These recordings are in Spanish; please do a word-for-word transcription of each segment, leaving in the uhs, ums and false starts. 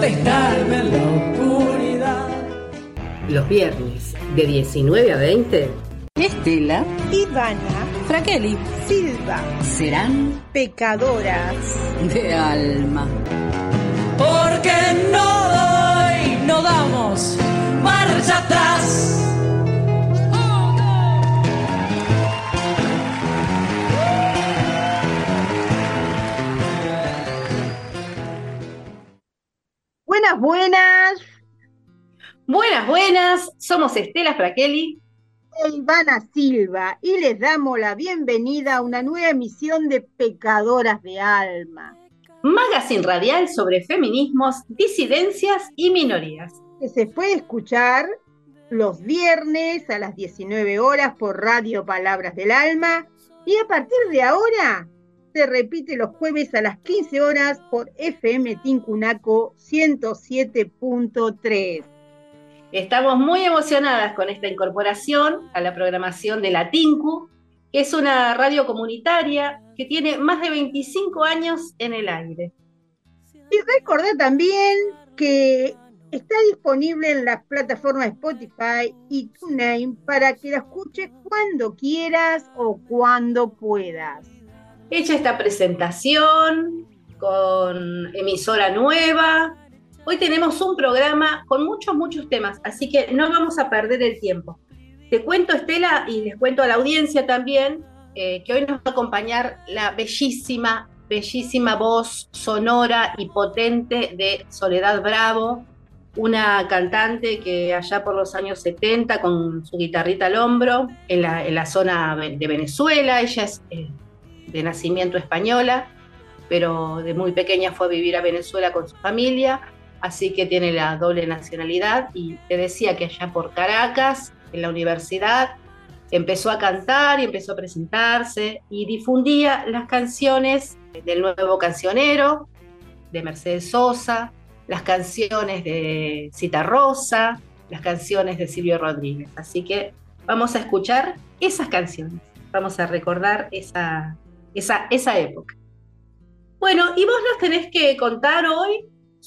dónde estarme en la oscuridad. Los viernes de diecinueve a veinte, Estela, Ivana, Fraqueli, Silva serán pecadoras de alma. Porque no doy, no damos marcha atrás. Buenas, buenas. Buenas, buenas, somos Estela Fraqueli e Ivana Silva y les damos la bienvenida a una nueva emisión de Pecadoras de Alma, magazine radial sobre feminismos, disidencias y minorías, que se puede escuchar los viernes a las diecinueve horas por Radio Palabras del Alma y a partir de ahora se repite los jueves a las quince horas por F M Tincunaco ciento siete punto tres. Estamos muy emocionadas con esta incorporación a la programación de la Tinku, que es una radio comunitaria que tiene más de veinticinco años en el aire. Y recordad también que está disponible en las plataformas Spotify y TuneIn para que la escuches cuando quieras o cuando puedas. Hecha esta presentación con emisora nueva, hoy tenemos un programa con muchos, muchos temas, así que no vamos a perder el tiempo. Te cuento, Estela, y les cuento a la audiencia también, eh, que hoy nos va a acompañar la bellísima, bellísima voz sonora y potente de Soledad Bravo, una cantante que allá por los años setenta, con su guitarrita al hombro, en la, en la zona de Venezuela, ella es eh, de nacimiento española, pero de muy pequeña fue a vivir a Venezuela con su familia, así que tiene la doble nacionalidad, y te decía que allá por Caracas, en la universidad, empezó a cantar y empezó a presentarse y difundía las canciones del nuevo cancionero, de Mercedes Sosa, las canciones de Citarrosa, las canciones de Silvio Rodríguez. Así que vamos a escuchar esas canciones, vamos a recordar esa, esa, esa época. Bueno, y vos nos tenés que contar hoy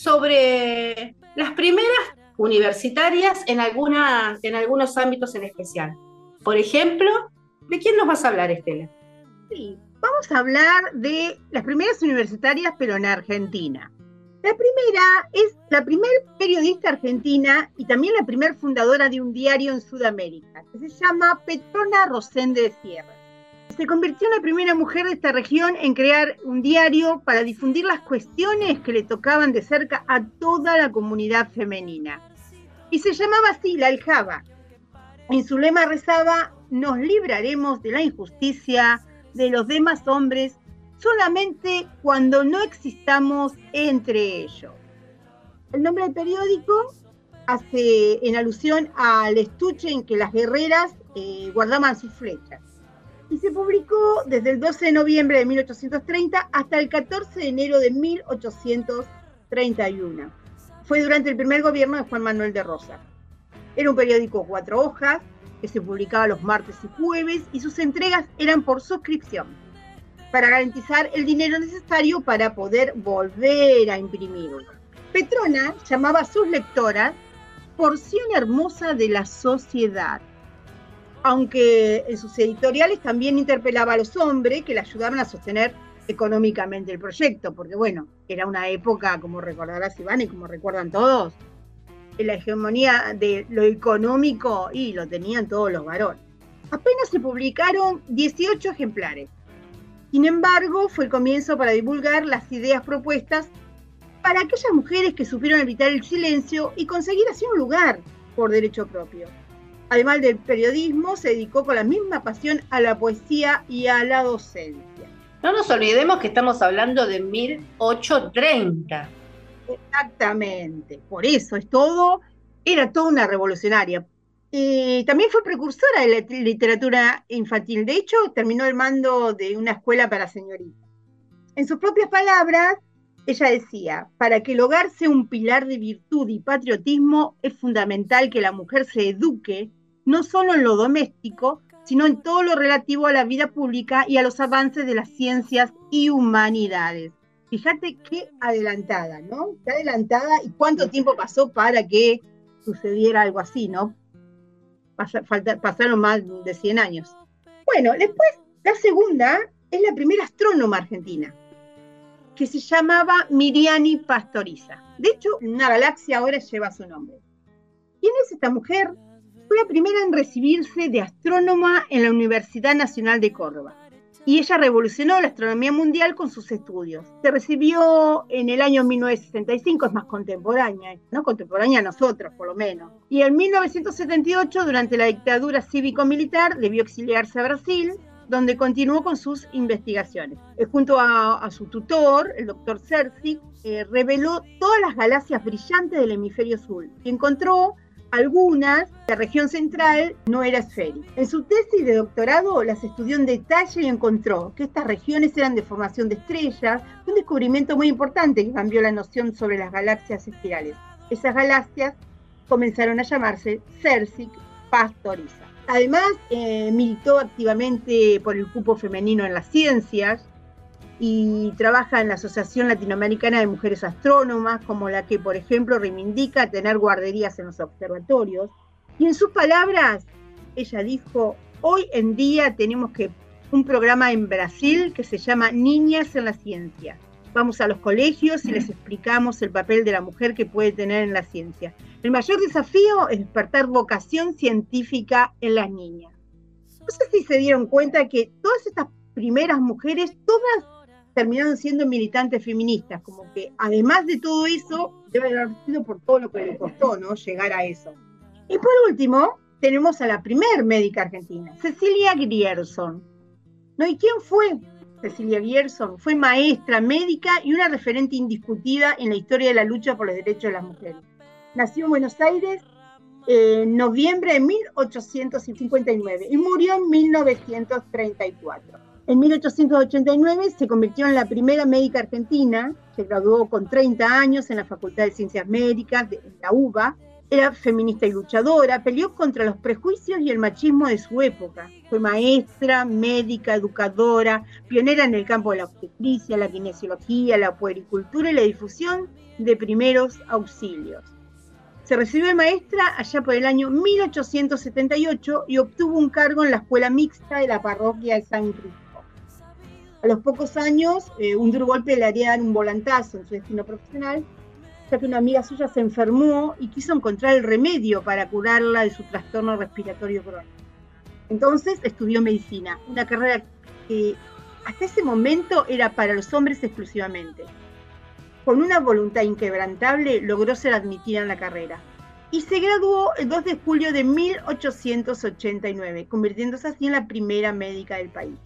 sobre las primeras universitarias en, alguna, en algunos ámbitos en especial. Por ejemplo, ¿de quién nos vas a hablar, Estela? Sí, vamos a hablar de las primeras universitarias, pero en Argentina. La primera es la primer periodista argentina y también la primer fundadora de un diario en Sudamérica, que se llama Petrona Rosende de Sierra. Se convirtió en la primera mujer de esta región en crear un diario para difundir las cuestiones que le tocaban de cerca a toda la comunidad femenina. Y se llamaba así, La Aljaba. En su lema rezaba: nos libraremos de la injusticia de los demás hombres solamente cuando no existamos entre ellos. El nombre del periódico hace en alusión al estuche en que las guerreras eh, guardaban sus flechas. Y se publicó desde el doce de noviembre de mil ochocientos treinta hasta el catorce de enero de mil ochocientos treinta y uno. Fue durante el primer gobierno de Juan Manuel de Rosas. Era un periódico de cuatro hojas que se publicaba los martes y jueves y sus entregas eran por suscripción para garantizar el dinero necesario para poder volver a imprimirlo. Petrona llamaba a sus lectoras porción hermosa de la sociedad, aunque en sus editoriales también interpelaba a los hombres que le ayudaban a sostener económicamente el proyecto, porque bueno, era una época, como recordarás Iván y como recuerdan todos, la hegemonía de lo económico y lo tenían todos los varones. Apenas se publicaron dieciocho ejemplares. Sin embargo, fue el comienzo para divulgar las ideas propuestas para aquellas mujeres que supieron evitar el silencio y conseguir así un lugar por derecho propio. Además del periodismo, se dedicó con la misma pasión a la poesía y a la docencia. No nos olvidemos que estamos hablando de mil ochocientos treinta. Exactamente, por eso es todo, era toda una revolucionaria. Eh, también fue precursora de la literatura infantil. De hecho, terminó el mando de una escuela para señoritas. En sus propias palabras, ella decía: para que el hogar sea un pilar de virtud y patriotismo, es fundamental que la mujer se eduque, no solo en lo doméstico, sino en todo lo relativo a la vida pública y a los avances de las ciencias y humanidades. Fíjate qué adelantada, ¿no? Qué adelantada y cuánto tiempo pasó para que sucediera algo así, ¿no? Pas- falta- pasaron más de cien años. Bueno, después, la segunda es la primera astrónoma argentina, que se llamaba Miriani Pastoriza. De hecho, una galaxia ahora lleva su nombre. ¿Quién es esta mujer? Fue la primera en recibirse de astrónoma en la Universidad Nacional de Córdoba. Y ella revolucionó la astronomía mundial con sus estudios. Se recibió en el año mil novecientos sesenta y cinco, es más contemporánea, ¿no? Contemporánea a nosotros, por lo menos. Y en mil novecientos setenta y ocho, durante la dictadura cívico-militar, debió exiliarse a Brasil, donde continuó con sus investigaciones. Eh, junto a, a su tutor, el doctor Cerci, eh, reveló todas las galaxias brillantes del hemisferio sur y encontró algunas, la región central no era esférica. En su tesis de doctorado las estudió en detalle y encontró que estas regiones eran de formación de estrellas, un descubrimiento muy importante que cambió la noción sobre las galaxias espirales. Esas galaxias comenzaron a llamarse Cerci Pastoriza. Además, eh, militó activamente por el cupo femenino en las ciencias y trabaja en la Asociación Latinoamericana de Mujeres Astrónomas, como la que, por ejemplo, reivindica tener guarderías en los observatorios. Y en sus palabras, ella dijo, hoy en día tenemos que un programa en Brasil que se llama Niñas en la Ciencia. Vamos a los colegios y les explicamos el papel de la mujer que puede tener en la ciencia. El mayor desafío es despertar vocación científica en las niñas. No sé si se dieron cuenta que todas estas primeras mujeres, todas terminaron siendo militantes feministas, como que además de todo eso, debe haber sido por todo lo que le costó, ¿no? Llegar a eso. Y por último, tenemos a la primer médica argentina, Cecilia Grierson. ¿No? ¿Y quién fue Cecilia Grierson? Fue maestra, médica y una referente indiscutida en la historia de la lucha por los derechos de las mujeres. Nació en Buenos Aires en noviembre de mil ochocientos cincuenta y nueve y murió en mil novecientos treinta y cuatro. En mil ochocientos ochenta y nueve se convirtió en la primera médica argentina, se graduó con treinta años en la Facultad de Ciencias Médicas de la U B A, era feminista y luchadora, peleó contra los prejuicios y el machismo de su época. Fue maestra, médica, educadora, pionera en el campo de la obstetricia, la kinesiología, la puericultura y la difusión de primeros auxilios. Se recibió de maestra allá por el año mil ochocientos setenta y ocho y obtuvo un cargo en la escuela mixta de la parroquia de San Cristóbal. A los pocos años, eh, un duro golpe le haría dar un volantazo en su destino profesional, ya que una amiga suya se enfermó y quiso encontrar el remedio para curarla de su trastorno respiratorio crónico. Entonces estudió medicina, una carrera que hasta ese momento era para los hombres exclusivamente. Con una voluntad inquebrantable logró ser admitida en la carrera y se graduó el dos de julio de mil ochocientos ochenta y nueve, convirtiéndose así en la primera médica del país.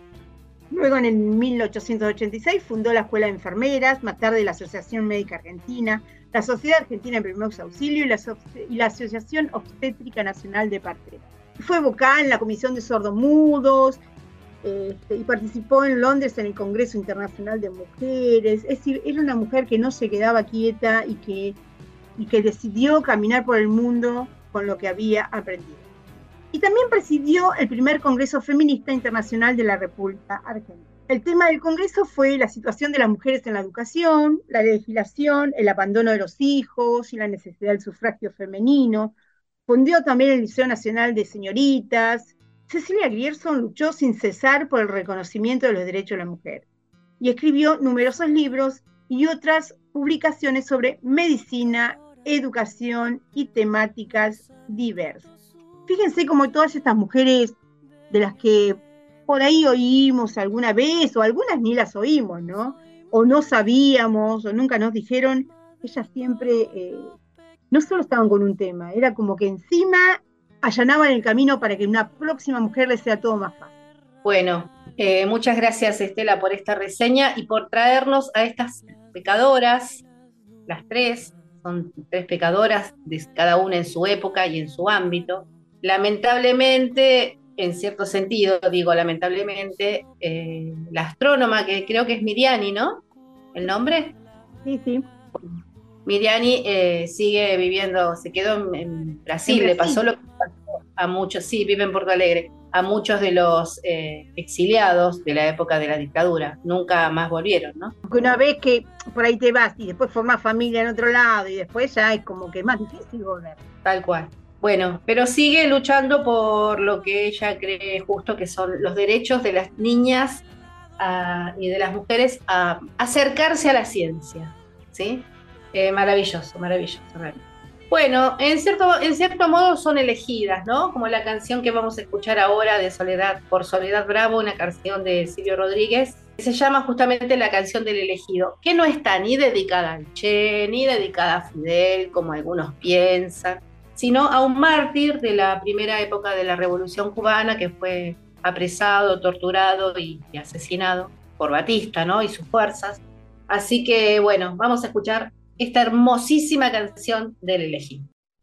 Luego, en mil ochocientos ochenta y seis, fundó la Escuela de Enfermeras, más tarde la Asociación Médica Argentina, la Sociedad Argentina de Primeros Auxilios y la, so- y la Asociación Obstétrica Nacional de Parteras. Fue vocal en la Comisión de Sordomudos este, y participó en Londres en el Congreso Internacional de Mujeres. Es decir, era una mujer que no se quedaba quieta y que, y que decidió caminar por el mundo con lo que había aprendido. Y también presidió el primer Congreso Feminista Internacional de la República Argentina. El tema del Congreso fue la situación de las mujeres en la educación, la legislación, el abandono de los hijos y la necesidad del sufragio femenino. Fundó también el Liceo Nacional de Señoritas. Cecilia Grierson luchó sin cesar por el reconocimiento de los derechos de la mujer y escribió numerosos libros y otras publicaciones sobre medicina, educación y temáticas diversas. Fíjense cómo todas estas mujeres de las que por ahí oímos alguna vez, o algunas ni las oímos, ¿no? O no sabíamos, o nunca nos dijeron, ellas siempre eh, no solo estaban con un tema, era como que encima allanaban el camino para que una próxima mujer les sea todo más fácil. Bueno, eh, muchas gracias, Estela, por esta reseña y por traernos a estas pecadoras, las tres, son tres pecadoras, de cada una en su época y en su ámbito. Lamentablemente, en cierto sentido, digo lamentablemente, eh, la astrónoma, que creo que es Miriani, ¿no? ¿El nombre? Sí, sí. Miriani eh, sigue viviendo, se quedó en, en Brasil, En le Brasil. pasó lo que pasó a muchos, sí, vive en Porto Alegre. a muchos de los eh, exiliados de la época de la dictadura. Nunca más volvieron, ¿no? Porque una vez que por ahí te vas y después formás familia en otro lado y después ya es como que es más difícil volver. Tal cual. Bueno, pero sigue luchando por lo que ella cree justo, que son los derechos de las niñas uh, y de las mujeres a acercarse a la ciencia, ¿sí? Eh, maravilloso, maravilloso, realmente. Bueno, en cierto, en cierto modo son elegidas, ¿no? Como la canción que vamos a escuchar ahora de Soledad, por Soledad Bravo, una canción de Silvio Rodríguez, que se llama justamente La canción del elegido, que no está ni dedicada al Che, ni dedicada a Fidel, como algunos piensan, sino a un mártir de la primera época de la Revolución Cubana, que fue apresado, torturado y, y asesinado por Batista, ¿no? Y sus fuerzas. Así que, bueno, vamos a escuchar esta hermosísima canción del elegido.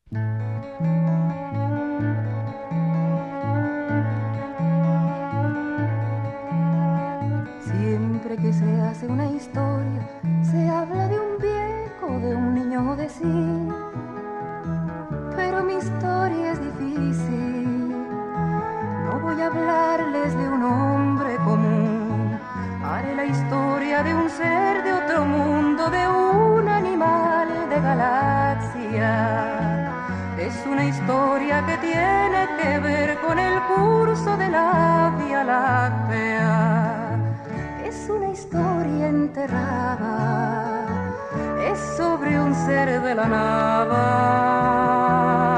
Siempre que se hace una historia, se habla de un viejo, de un niño, de sí. Pero mi historia es difícil. No voy a hablarles de un hombre común. Haré la historia de un ser de otro mundo, de un animal de galaxia. Es una historia que tiene que ver con el curso de la Vía Láctea. Es una historia enterrada, es sobre un ser de la nada.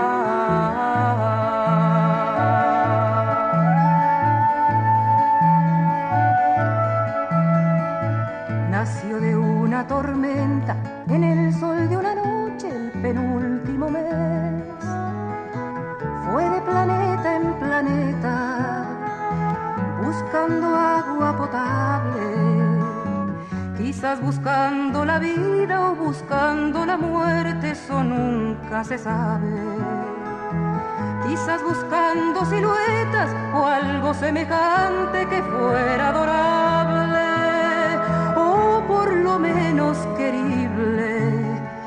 Nació de una tormenta en el sol de una noche, el penúltimo mes. Fue de planeta en planeta, buscando agua potable, quizás buscando la vida o buscando la muerte, eso nunca se sabe. Quizás buscando siluetas o algo semejante que fuera adorable, o por lo menos querible,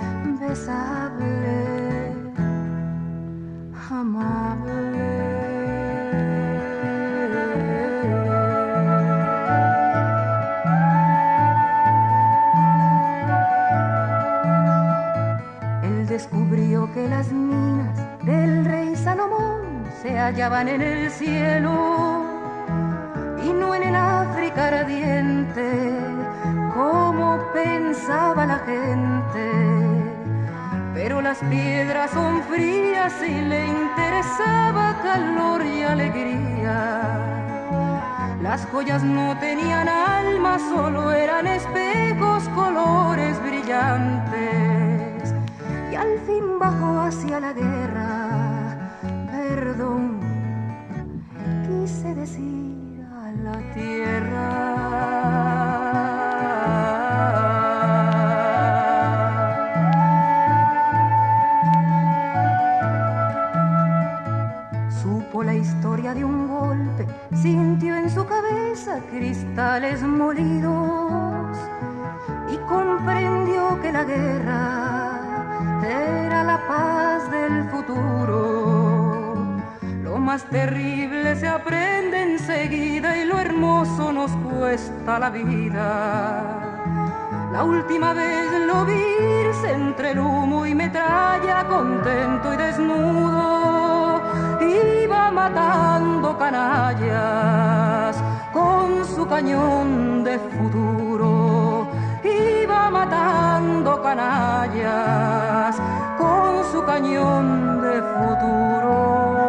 besable, amable. Él descubrió que las minas del rey Salomón se hallaban en el cielo y no en el África ardiente, como pensaba la gente. Pero las piedras son frías y le interesaba calor y alegría. Las joyas no tenían alma, solo eran espejos, colores brillantes. Y al fin bajó hacia la guerra, perdón, quise decir a la tierra. Supo la historia de un golpe, sintió en su cabeza cristales molidos y comprendió que la guerra era la paz del futuro. Lo más terrible se aprende enseguida y lo hermoso nos cuesta la vida. La última vez lo vi irse entre el humo y metralla, contento y desnudo. Iba matando canallas con su cañón de futuro. Iba matando canallas con su cañón de futuro.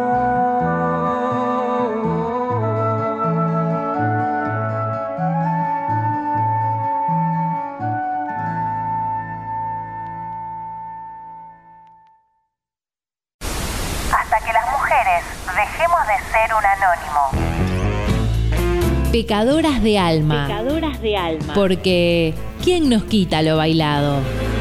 Hasta que las mujeres dejemos de ser un anónimo. Pecadoras de alma. Pecadoras de alma. Porque ¿quién nos quita lo bailado?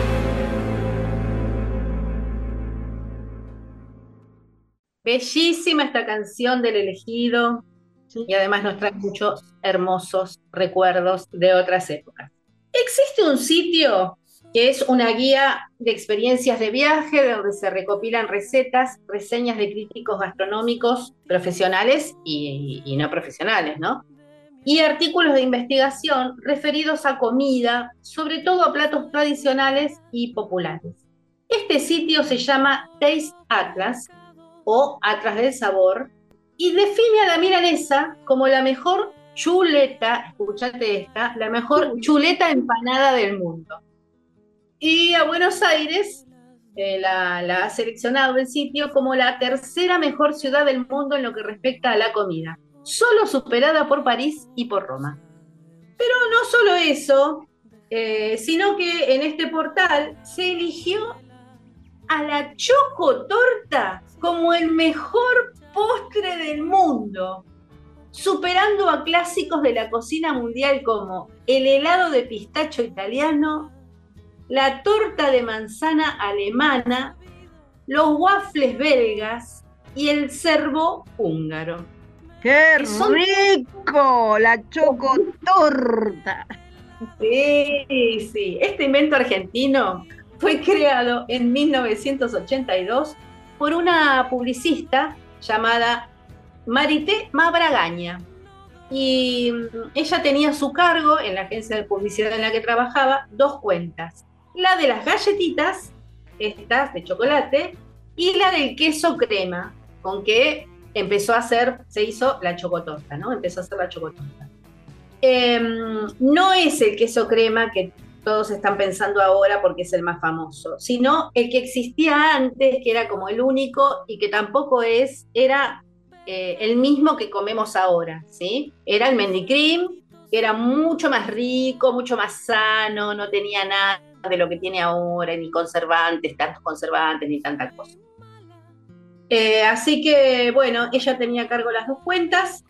Bellísima esta canción del elegido, sí, y además nos trae muchos hermosos recuerdos de otras épocas. Existe un sitio que es una guía de experiencias de viaje donde se recopilan recetas, reseñas de críticos gastronómicos profesionales y, y no profesionales, ¿no? Y artículos de investigación referidos a comida, sobre todo a platos tradicionales y populares. Este sitio se llama Taste Atlas o Atlas del Sabor y define a la milanesa como la mejor chuleta, escúchate esta, la mejor chuleta empanada del mundo. Y a Buenos Aires eh, la, la ha seleccionado el sitio como la tercera mejor ciudad del mundo en lo que respecta a la comida, solo superada por París y por Roma. Pero no solo eso, eh, sino que en este portal se eligió a la chocotorta como el mejor postre del mundo, superando a clásicos de la cocina mundial como el helado de pistacho italiano, la torta de manzana alemana, los waffles belgas y el cervo húngaro. ¡Qué Son... rico! La chocotorta. Sí, sí. Este invento argentino fue creado en mil novecientos ochenta y dos por una publicista llamada Marité Mabragaña. Y ella tenía a su cargo, en la agencia de publicidad en la que trabajaba, dos cuentas. La de las galletitas, estas de chocolate, y la del queso crema, con que empezó a hacer, se hizo la chocotorta, ¿no? Empezó a hacer la chocotorta. Eh, no es el queso crema que todos están pensando ahora porque es el más famoso, sino el que existía antes, que era como el único y que tampoco es, era eh, el mismo que comemos ahora, ¿sí? Era el Mendicream, que era mucho más rico, mucho más sano, no tenía nada de lo que tiene ahora, ni conservantes, tantos conservantes, ni tanta cosa. Eh, así que, bueno, ella tenía a cargo las dos cuentas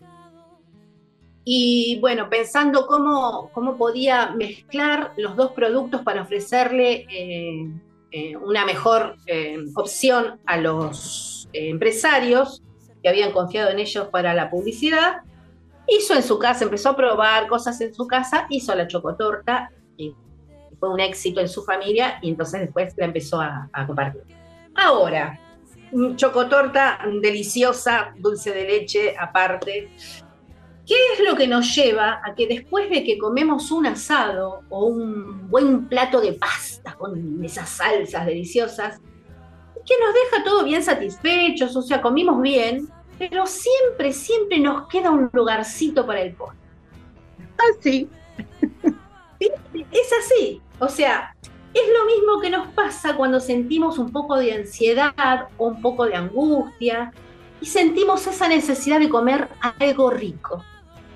y, bueno, pensando cómo, cómo podía mezclar los dos productos para ofrecerle eh, eh, una mejor eh, opción a los eh, empresarios que habían confiado en ellos para la publicidad, hizo en su casa, empezó a probar cosas en su casa, hizo la chocotorta y fue un éxito en su familia y entonces después la empezó a, a compartir. Ahora, chocotorta deliciosa, dulce de leche aparte. ¿Qué es lo que nos lleva a que después de que comemos un asado o un buen plato de pasta con esas salsas deliciosas, que nos deja todo bien satisfechos, o sea, comimos bien, pero siempre, siempre nos queda un lugarcito para el postre? Así. ¿Sí? Es así, o sea, es lo mismo que nos pasa cuando sentimos un poco de ansiedad o un poco de angustia y sentimos esa necesidad de comer algo rico.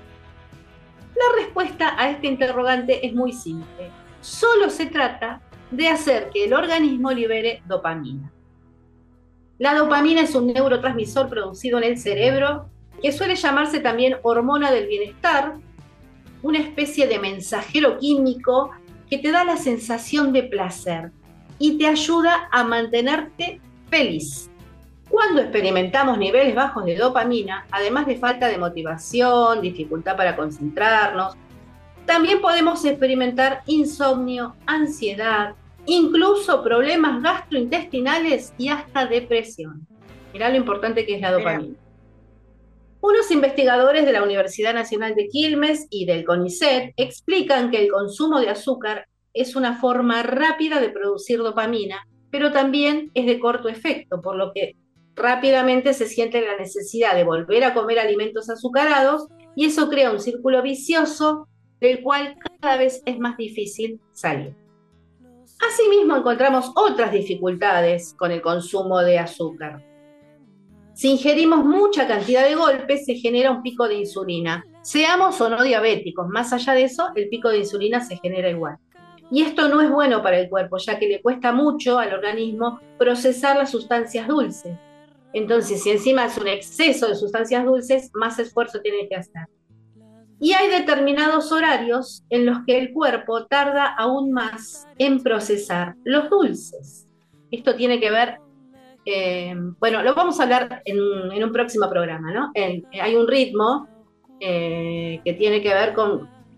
La respuesta a este interrogante es muy simple. Solo se trata de hacer que el organismo libere dopamina. La dopamina es un neurotransmisor producido en el cerebro que suele llamarse también hormona del bienestar, una especie de mensajero químico que te da la sensación de placer y te ayuda a mantenerte feliz. Cuando experimentamos niveles bajos de dopamina, además de falta de motivación, dificultad para concentrarnos, también podemos experimentar insomnio, ansiedad, incluso problemas gastrointestinales y hasta depresión. Mirá lo importante que es la dopamina. Unos investigadores de la Universidad Nacional de Quilmes y del CONICET explican que el consumo de azúcar es una forma rápida de producir dopamina, pero también es de corto efecto, por lo que rápidamente se siente la necesidad de volver a comer alimentos azucarados y eso crea un círculo vicioso del cual cada vez es más difícil salir. Asimismo, encontramos otras dificultades con el consumo de azúcar. Si ingerimos mucha cantidad de golpe, se genera un pico de insulina. Seamos o no diabéticos, más allá de eso, el pico de insulina se genera igual. Y esto no es bueno para el cuerpo, ya que le cuesta mucho al organismo procesar las sustancias dulces. Entonces, si encima es un exceso de sustancias dulces, más esfuerzo tiene que hacer. Y hay determinados horarios en los que el cuerpo tarda aún más en procesar los dulces. Esto tiene que ver, eh, bueno, lo vamos a hablar en un, en un próximo programa, ¿no? En, hay un ritmo eh, que tiene que ver con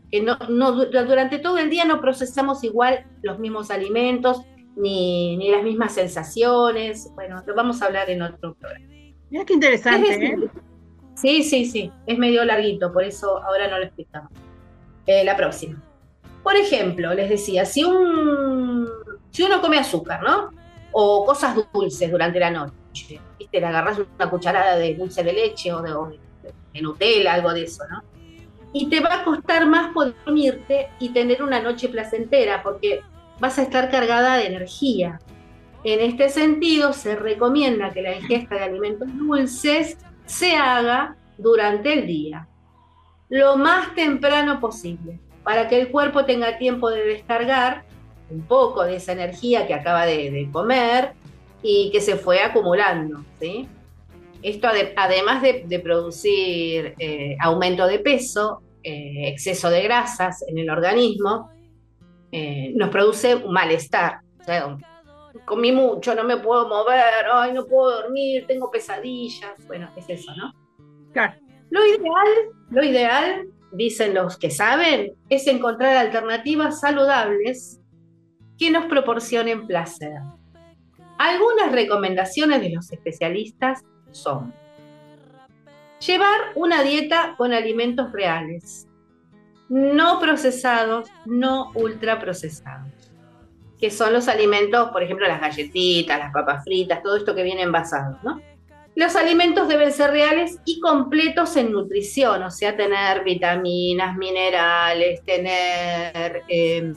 que no, no, durante todo el día no procesamos igual los mismos alimentos, ni, ni las mismas sensaciones. Bueno, lo vamos a hablar en otro programa. Mira qué interesante, ¿eh? Sí, sí, sí, es medio larguito, por eso ahora no lo explicamos. Eh, la próxima. Por ejemplo, les decía, si, un, si uno come azúcar, ¿no? O cosas dulces durante la noche, ¿viste? Le agarrás una cucharada de dulce de leche o de, o de Nutella, algo de eso, ¿no? Y te va a costar más poder dormirte y tener una noche placentera, porque vas a estar cargada de energía. En este sentido, se recomienda que la ingesta de alimentos dulces se haga durante el día, lo más temprano posible, para que el cuerpo tenga tiempo de descargar un poco de esa energía que acaba de, de comer y que se fue acumulando, ¿sí? Esto ade- además de, de producir eh, aumento de peso, eh, exceso de grasas en el organismo, eh, nos produce un malestar. O sea, comí mucho, no me puedo mover, ay, no puedo dormir, tengo pesadillas. Bueno, es eso, ¿no? Claro. Lo ideal, lo ideal, dicen los que saben, es encontrar alternativas saludables que nos proporcionen placer. Algunas recomendaciones de los especialistas son: llevar una dieta con alimentos reales, no procesados, no ultraprocesados, que son los alimentos, por ejemplo, las galletitas, las papas fritas, todo esto que viene envasado, ¿no? Los alimentos deben ser reales y completos en nutrición, o sea, tener vitaminas, minerales, tener, eh,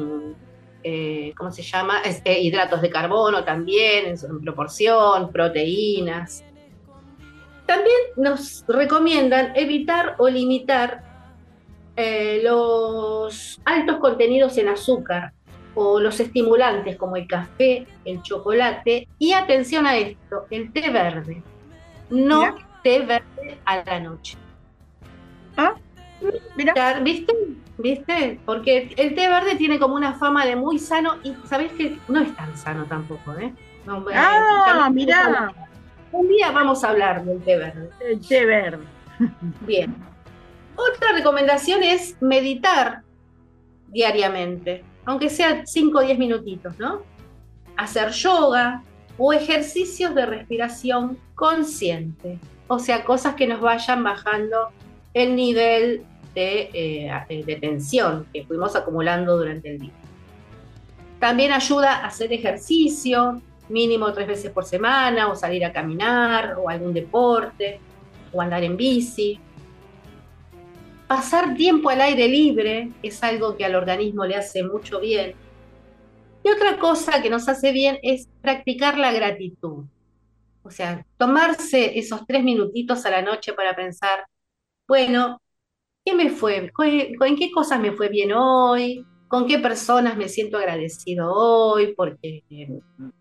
eh, ¿cómo se llama? Eh, hidratos de carbono también, en, en proporción, proteínas. También nos recomiendan evitar o limitar eh, los altos contenidos en azúcar o los estimulantes como el café, el chocolate y, atención a esto, el té verde. No Mira. té verde a la noche. ¿Ah? Mira. ¿Viste? ¿Viste? Porque el té verde tiene como una fama de muy sano y sabés que no es tan sano tampoco, ¿eh? No, ah, eh, mira. Un día vamos a hablar del té verde. El té verde. Bien. Otra recomendación es meditar diariamente, aunque sea cinco o diez minutitos, ¿no? Hacer yoga o ejercicios de respiración consciente, o sea, cosas que nos vayan bajando el nivel de, eh, de tensión que fuimos acumulando durante el día. También ayuda a hacer ejercicio, mínimo tres veces por semana, o salir a caminar, o algún deporte, o andar en bici. Pasar tiempo al aire libre es algo que al organismo le hace mucho bien. Y otra cosa que nos hace bien es practicar la gratitud. O sea, tomarse esos tres minutitos a la noche para pensar, bueno, ¿qué me fue? ¿En qué cosas me fue bien hoy? ¿Con qué personas me siento agradecido hoy? Porque eh,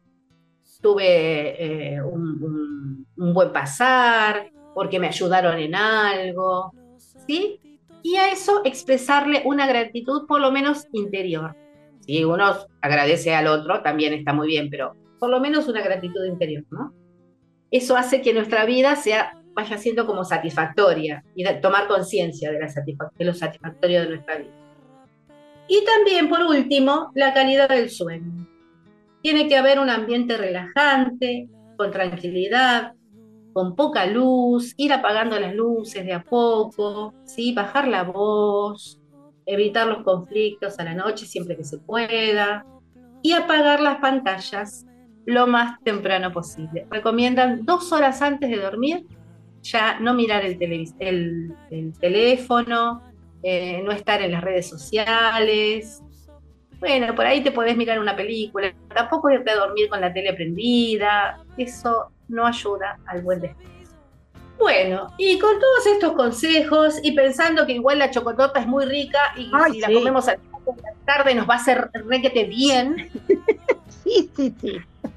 tuve eh, un, un, un buen pasar, porque me ayudaron en algo, ¿sí? Y a eso expresarle una gratitud por lo menos interior. Si uno agradece al otro, también está muy bien, pero por lo menos una gratitud interior, ¿no? Eso hace que nuestra vida sea, vaya siendo como satisfactoria y de, tomar conciencia de, de lo satisfactorio de nuestra vida. Y también, por último, la calidad del sueño. Tiene que haber un ambiente relajante, con tranquilidad, con poca luz, ir apagando las luces de a poco, ¿sí? Bajar la voz, evitar los conflictos a la noche siempre que se pueda y apagar las pantallas lo más temprano posible. Recomiendan dos horas antes de dormir ya no mirar el, televis- el, el teléfono, eh, no estar en las redes sociales. Bueno, por ahí te podés mirar una película, tampoco irte a dormir con la tele prendida, eso no ayuda al buen descanso. Bueno, y con todos estos consejos y pensando que igual la chocotorta es muy rica y Ay, si sí. la comemos a la tarde nos va a hacer requete bien. Sí, sí, sí.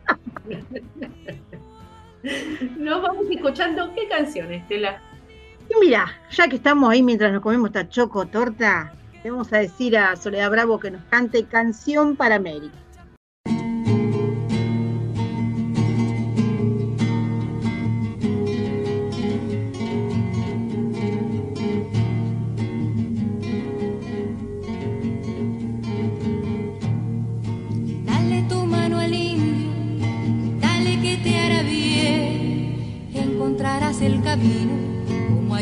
Nos vamos escuchando qué canción, Estela. Y mira, ya que estamos ahí mientras nos comemos esta chocotorta, le vamos a decir a Soledad Bravo que nos cante Canción para América.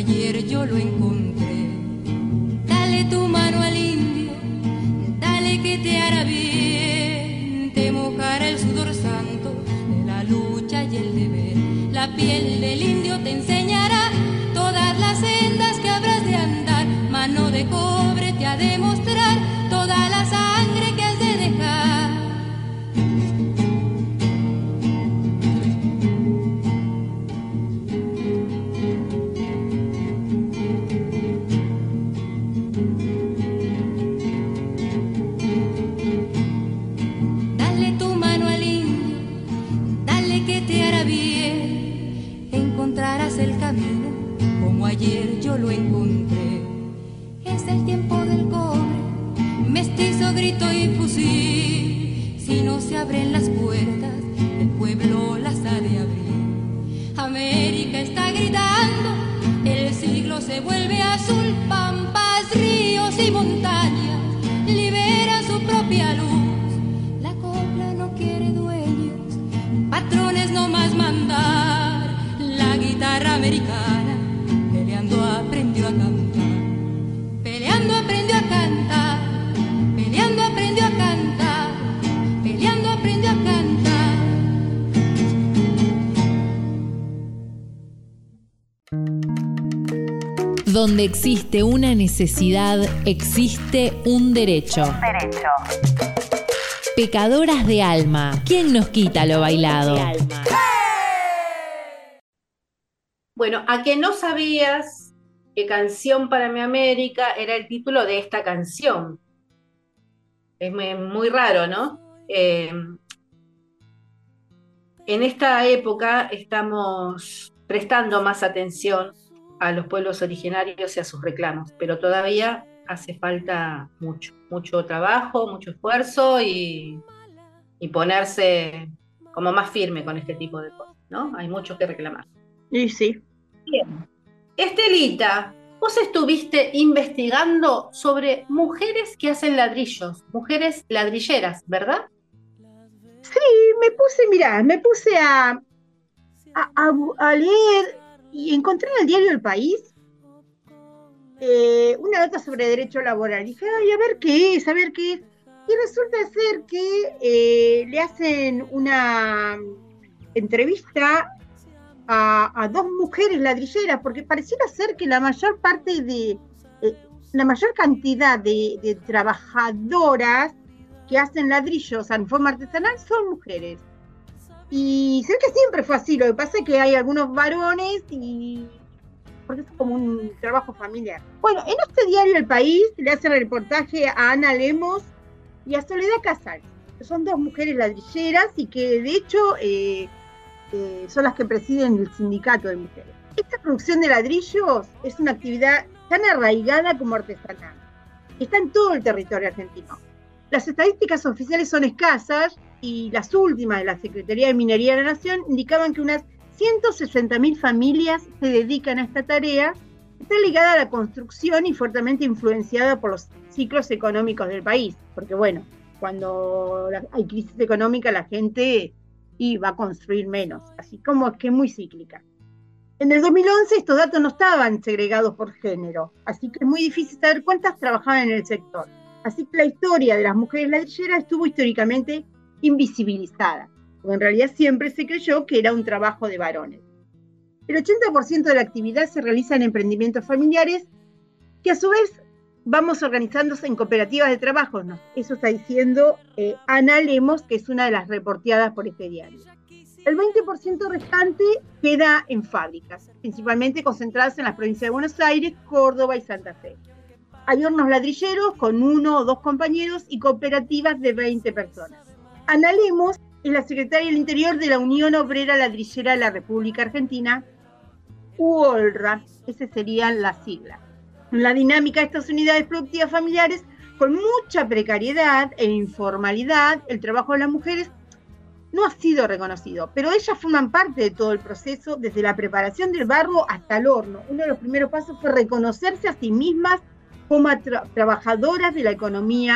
ayer yo lo encontré. Dale tu mano al indio, dale que te hará bien, te mojará el sudor santo de la lucha y el deber. La piel del indio te enseñará todas las sendas que habrás de andar, mano de cobre te ha de mostrar toda la sangre que has de dejar. Dale tu mano al indio, dale que te hará bien, encontrarás el camino como ayer yo lo encontré. Es el tiempo del cobre, mestizo, grito y fusil. Si no se abren las puertas, el pueblo las ha de abrir. América está gritando, el siglo se vuelve azul. Pampas, ríos y montañas liberan su propia luz. La copla no quiere dueños, patrones no más mandar. La guitarra americana peleando aprendió a cantar. Peleando aprendió a cantar, peleando aprendió a cantar, peleando aprendió a cantar. Donde existe una necesidad, existe un derecho. Derecho. Pecadoras de alma. ¿Quién nos quita lo bailado? Bueno, a que no sabías que Canción para mi América era el título de esta canción. Es muy, muy raro, ¿no? Eh, en esta época estamos prestando más atención a los pueblos originarios y a sus reclamos, pero todavía hace falta mucho, mucho trabajo, mucho esfuerzo y, y ponerse como más firme con este tipo de cosas, ¿no? Hay mucho que reclamar. Y sí. Bien. Estelita, vos estuviste investigando sobre mujeres que hacen ladrillos, mujeres ladrilleras, ¿verdad? Sí, me puse, mirá, me puse a, a, a, a leer y encontré en el diario El País eh, una nota sobre derecho laboral. Dije, ay, a ver qué es, a ver qué es. Y resulta ser que eh, le hacen una entrevista a, a dos mujeres ladrilleras, porque pareciera ser que la mayor parte de, eh, la mayor cantidad de, de trabajadoras que hacen ladrillos en forma artesanal son mujeres. Y sé que siempre fue así, lo que pasa es que hay algunos varones y porque es como un trabajo familiar. Bueno, en este diario El País le hacen reportaje a Ana Lemos y a Soledad Casals, que son dos mujeres ladrilleras y que de hecho eh, eh, son las que presiden el sindicato de mujeres. Esta producción de ladrillos es una actividad tan arraigada como artesanal. Está en todo el territorio argentino. Las estadísticas oficiales son escasas y las últimas de la Secretaría de Minería de la Nación indicaban que unas ciento sesenta mil familias se dedican a esta tarea, está ligada a la construcción y fuertemente influenciada por los ciclos económicos del país, porque bueno, cuando hay crisis económica la gente y va a construir menos, así como es que es muy cíclica. En el dos mil once estos datos no estaban segregados por género, así que es muy difícil saber cuántas trabajaban en el sector. Así que la historia de las mujeres ladrilleras estuvo históricamente invisibilizada, porque en realidad siempre se creyó que era un trabajo de varones. El ochenta por ciento de la actividad se realiza en emprendimientos familiares, que a su vez vamos organizándose en cooperativas de trabajo, ¿no? Eso está diciendo eh, Ana Lemos, que es una de las reporteadas por este diario. El veinte por ciento restante queda en fábricas, principalmente concentradas en las provincias de Buenos Aires, Córdoba y Santa Fe. Hay hornos ladrilleros con uno o dos compañeros y cooperativas de veinte personas. Ana Lemos es la secretaria del Interior de la Unión Obrera Ladrillera de la República Argentina, U O L R A, esa sería la sigla. La dinámica de estas unidades productivas familiares, con mucha precariedad e informalidad, el trabajo de las mujeres no ha sido reconocido, pero ellas forman parte de todo el proceso, desde la preparación del barro hasta el horno. Uno de los primeros pasos fue reconocerse a sí mismas como tra- trabajadoras de la economía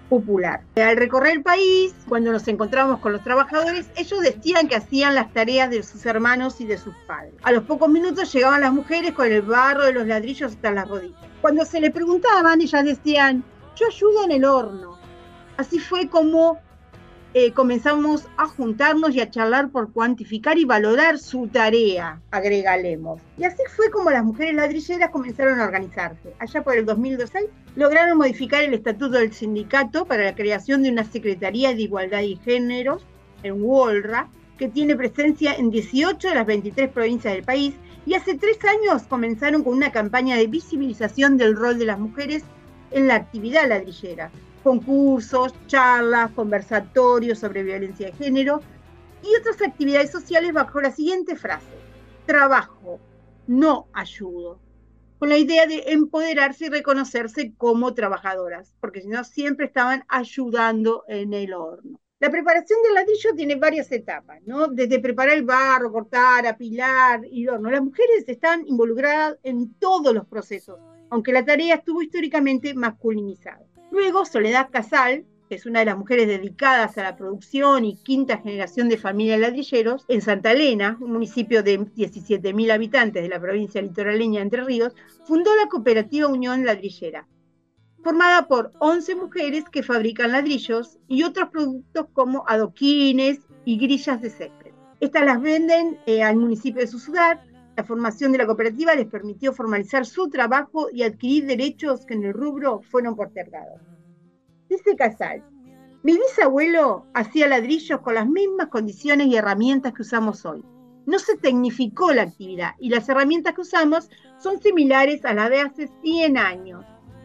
popular. Al recorrer el país, cuando nos encontramos con los trabajadores, ellos decían que hacían las tareas de sus hermanos y de sus padres. A los pocos minutos llegaban las mujeres con el barro de los ladrillos hasta las rodillas. Cuando se le preguntaban, ellas decían, yo ayudo en el horno. Así fue como eh, comenzamos a juntarnos y a charlar por cuantificar y valorar su tarea, agrega Lemos. Y así fue como las mujeres ladrilleras comenzaron a organizarse. Allá por el dos mil seis lograron modificar el estatuto del sindicato para la creación de una Secretaría de Igualdad y Géneros en UOLRA, que tiene presencia en dieciocho de las veintitrés provincias del país, y hace tres años comenzaron con una campaña de visibilización del rol de las mujeres en la actividad ladrillera. Concursos, charlas, conversatorios sobre violencia de género y otras actividades sociales bajo la siguiente frase: trabajo, no ayudo, con la idea de empoderarse y reconocerse como trabajadoras, porque si no siempre estaban ayudando en el horno. La preparación del ladrillo tiene varias etapas, ¿no? Desde preparar el barro, cortar, apilar y el horno. Las mujeres están involucradas en todos los procesos, aunque la tarea estuvo históricamente masculinizada. Luego, Soledad Casal, que es una de las mujeres dedicadas a la producción y quinta generación de familias ladrilleros, en Santa Elena, un municipio de diecisiete mil habitantes de la provincia litoraleña de Entre Ríos, fundó la cooperativa Unión Ladrillera, formada por once mujeres que fabrican ladrillos y otros productos como adoquines y grillas de césped. Estas las venden eh, al municipio de su ciudad. La formación de la cooperativa les permitió formalizar su trabajo y adquirir derechos que en el rubro fueron postergados. Dice Casal, mi bisabuelo hacía ladrillos con las mismas condiciones y herramientas que usamos hoy. No se tecnificó la actividad y las herramientas que usamos son similares a las de hace cien años.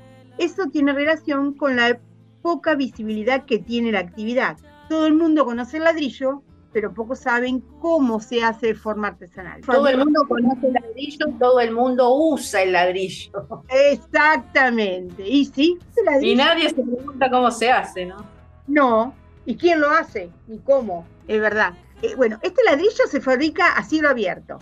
Eso tiene relación con la poca visibilidad que tiene la actividad. Todo el mundo conoce el ladrillo, pero pocos saben cómo se hace de forma artesanal. Todo el mundo conoce el ladrillo, todo el mundo usa el ladrillo. Exactamente. Y sí, el ladrillo. Y nadie se pregunta cómo se hace, ¿no? No. ¿Y quién lo hace? ¿Y cómo? Es verdad. Eh, bueno, este ladrillo se fabrica a cielo abierto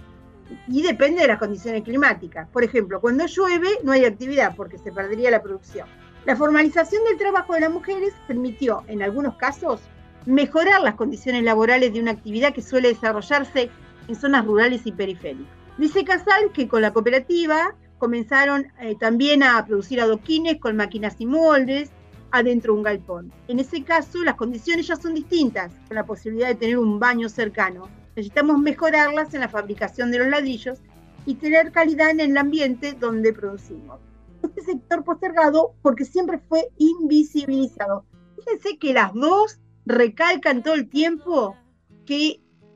y depende de las condiciones climáticas. Por ejemplo, cuando llueve no hay actividad porque se perdería la producción. La formalización del trabajo de las mujeres permitió, en algunos casos, mejorar las condiciones laborales de una actividad que suele desarrollarse en zonas rurales y periféricas. Dice Casal que con la cooperativa comenzaron eh, también a producir adoquines con máquinas y moldes adentro de un galpón. En ese caso, las condiciones ya son distintas, con la posibilidad de tener un baño cercano. Necesitamos mejorarlas en la fabricación de los ladrillos y tener calidad en el ambiente donde producimos. Este sector postergado porque siempre fue invisibilizado. Fíjense que las dos recalcan todo el tiempo que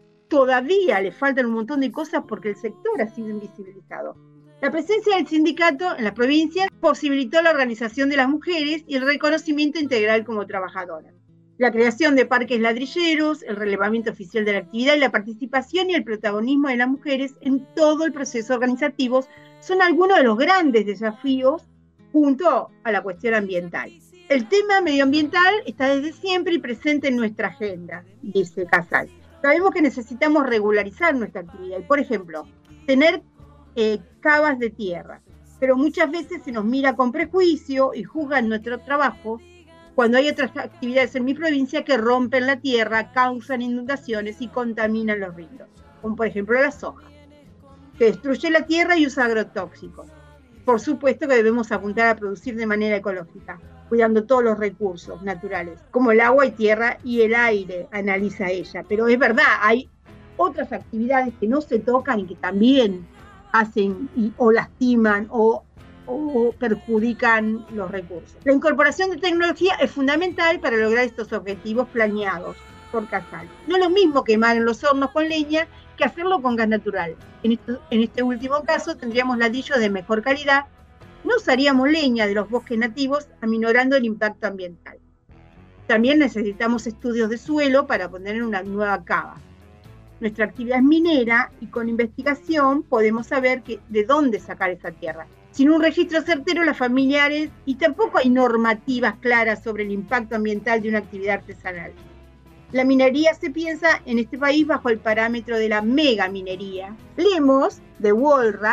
todavía le faltan un montón de cosas porque el sector ha sido invisibilizado. La presencia del sindicato en las provincias posibilitó la organización de las mujeres y el reconocimiento integral como trabajadoras. La creación de parques ladrilleros, el relevamiento oficial de la actividad y la participación y el protagonismo de las mujeres en todo el proceso organizativo son algunos de los grandes desafíos junto a la cuestión ambiental. El tema medioambiental está desde siempre y presente en nuestra agenda, dice Casal. Sabemos que necesitamos regularizar nuestra actividad y, por ejemplo, tener eh, cavas de tierra, pero muchas veces se nos mira con prejuicio y juzgan nuestro trabajo cuando hay otras actividades en mi provincia que rompen la tierra, causan inundaciones y contaminan los ríos, como por ejemplo la soja, que destruye la tierra y usa agrotóxicos. Por supuesto que debemos apuntar a producir de manera ecológica, cuidando todos los recursos naturales, como el agua y tierra y el aire, analiza ella. Pero es verdad, hay otras actividades que no se tocan y que también hacen y, o lastiman o, o perjudican los recursos. La incorporación de tecnología es fundamental para lograr estos objetivos planeados por Casal. No es lo mismo quemar en los hornos con leña que hacerlo con gas natural. En este, en este último caso tendríamos ladrillos de mejor calidad. No usaríamos leña de los bosques nativos, aminorando el impacto ambiental. También necesitamos estudios de suelo para poner una nueva cava. Nuestra actividad es minera y con investigación podemos saber que, de dónde sacar esa tierra. Sin un registro certero, las familiares, y tampoco hay normativas claras sobre el impacto ambiental de una actividad artesanal. La minería se piensa en este país bajo el parámetro de la megaminería. Lemos, de UOLRA,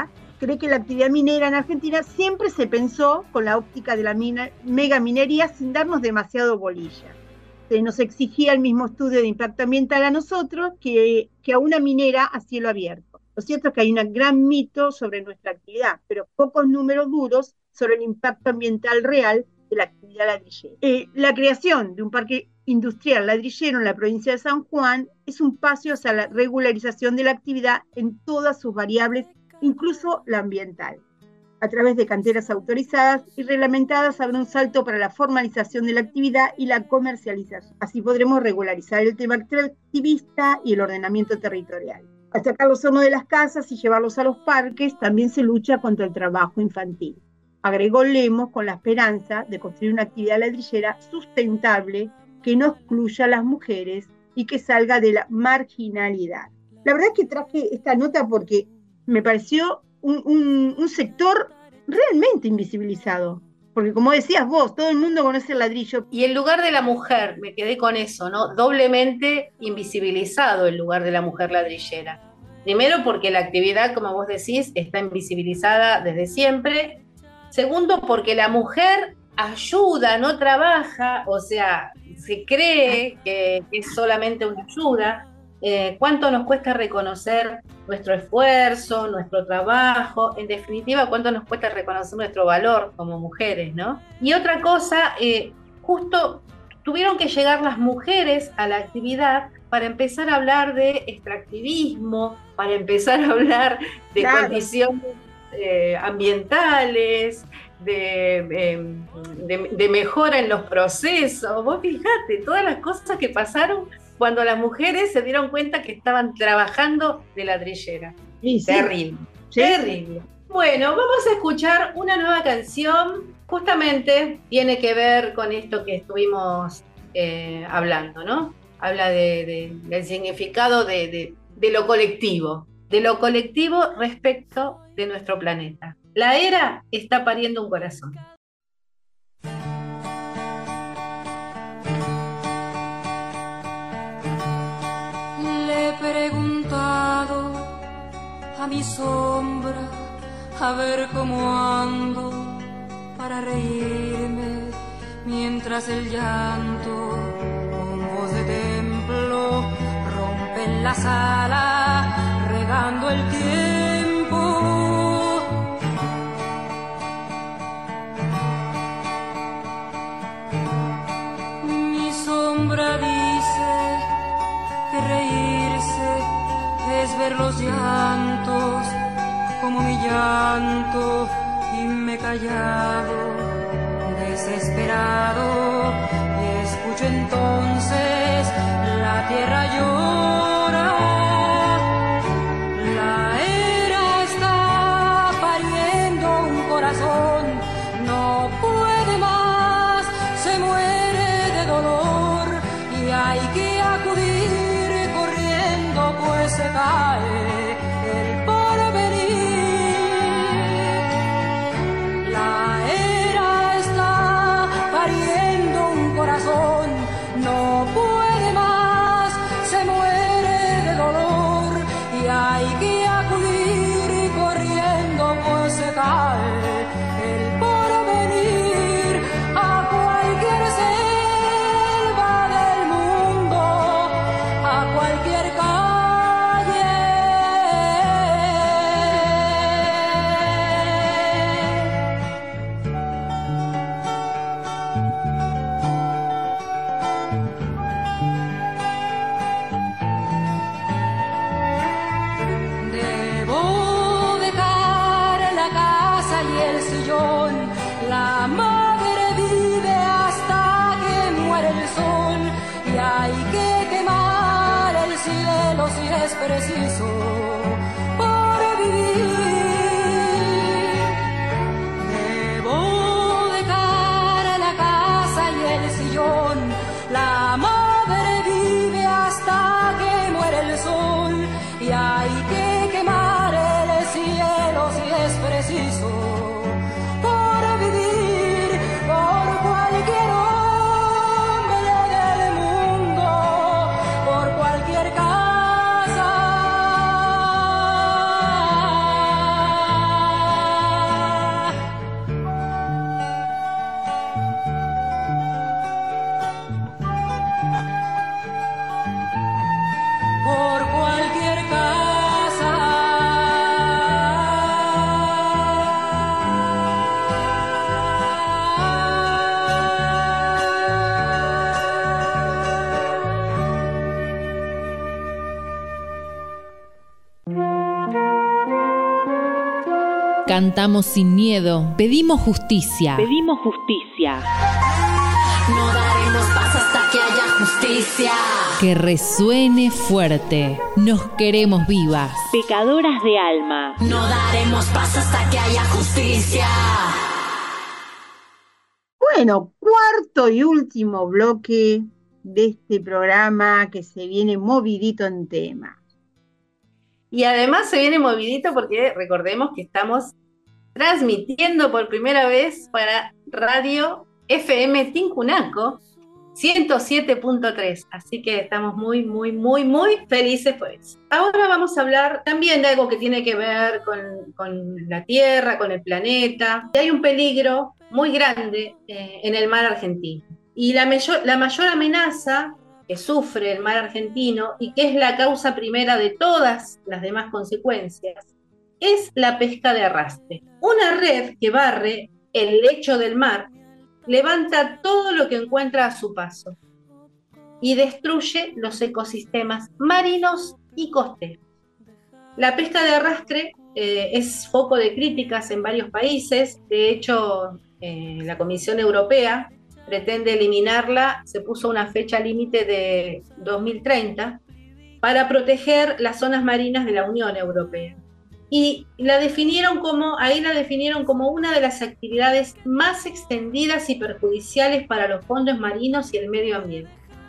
cree que la actividad minera en Argentina siempre se pensó con la óptica de la mina, megaminería sin darnos demasiado bolilla. Se nos exigía el mismo estudio de impacto ambiental a nosotros que, que a una minera a cielo abierto. Lo cierto es que hay un gran mito sobre nuestra actividad, pero pocos números duros sobre el impacto ambiental real de la actividad ladrillera. Eh, la creación de un parque industrial ladrillero en la provincia de San Juan es un paso hacia la regularización de la actividad en todas sus variables, incluso la ambiental. A través de canteras autorizadas y reglamentadas habrá un salto para la formalización de la actividad y la comercialización. Así podremos regularizar el tema extractivista y el ordenamiento territorial. Al sacar los hornos de las casas y llevarlos a los parques, también se lucha contra el trabajo infantil. Agregó Lemos con la esperanza de construir una actividad ladrillera sustentable que no excluya a las mujeres y que salga de la marginalidad. La verdad es que traje esta nota porque me pareció un, un, un sector realmente invisibilizado. Porque como decías vos, todo el mundo conoce el ladrillo. Y el lugar de la mujer, me quedé con eso, ¿no? Doblemente invisibilizado el lugar de la mujer ladrillera. Primero porque la actividad, como vos decís, está invisibilizada desde siempre. Segundo porque la mujer ayuda, no trabaja, o sea, se cree que, que es solamente una ayuda. Eh, ¿Cuánto nos cuesta reconocer nuestro esfuerzo, nuestro trabajo? En definitiva, ¿cuánto nos cuesta reconocer nuestro valor como mujeres, ¿no? Y otra cosa, eh, justo tuvieron que llegar las mujeres a la actividad para empezar a hablar de extractivismo, para empezar a hablar de claro. condiciones eh, ambientales, de, eh, de, de mejora en los procesos. Vos fijate, todas las cosas que pasaron cuando las mujeres se dieron cuenta que estaban trabajando de ladrillera. Sí, sí. Terrible, sí. terrible. Bueno, vamos a escuchar una nueva canción, justamente tiene que ver con esto que estuvimos eh, hablando, ¿no? Habla de, de, del significado de, de, de lo colectivo, de lo colectivo respecto de nuestro planeta. La era está pariendo un corazón. Preguntado a mi sombra a ver cómo ando para reírme mientras el llanto con voz de templo rompe en la sala regando el tiempo. Mi sombra dice que reírse es ver los llantos como mi llanto y me he callado desesperado y escucho entonces la tierra llora. La era está pariendo un corazón, no puede más, se muere de dolor y hay que acudir pues se cae el porvenir. La era está pariendo un corazón, no puede más, se muere de dolor y hay que acudir corriendo pues se cae el porvenir a cualquier selva del mundo, a cualquier calle. La madre vive hasta que muere el sol y hay que quemar el cielo si es preciso por vivir. Debo dejar la casa y el sillón, la madre vive hasta que muere el sol y hay que quemar el cielo si es preciso. Por cualquier hombre del mundo, por cualquier casa. Cantamos sin miedo, pedimos justicia. Pedimos justicia. No daremos paz hasta que haya justicia. Que resuene fuerte. Nos queremos vivas. Pecadoras de alma. No daremos paz hasta que haya justicia. Bueno, cuarto y último bloque de este programa que se viene movidito en tema. Y además se viene movidito porque recordemos que estamos transmitiendo por primera vez para Radio F M Tincunaco ciento siete punto tres, así que estamos muy, muy, muy, muy felices por eso. Ahora vamos a hablar también de algo que tiene que ver con, con la Tierra, con el planeta. Y hay un peligro muy grande eh, en el mar argentino. Y la mayor, la mayor amenaza que sufre el mar argentino y que es la causa primera de todas las demás consecuencias es la pesca de arrastre. Una red que barre el lecho del mar, levanta todo lo que encuentra a su paso y destruye los ecosistemas marinos y costeros. La pesca de arrastre eh, es foco de críticas en varios países. De hecho, eh, la Comisión Europea pretende eliminarla, se puso una fecha límite de dos mil treinta para proteger las zonas marinas de la Unión Europea. Y la definieron como, ahí la definieron como una de las actividades más extendidas y perjudiciales para los fondos marinos y el medio ambiente.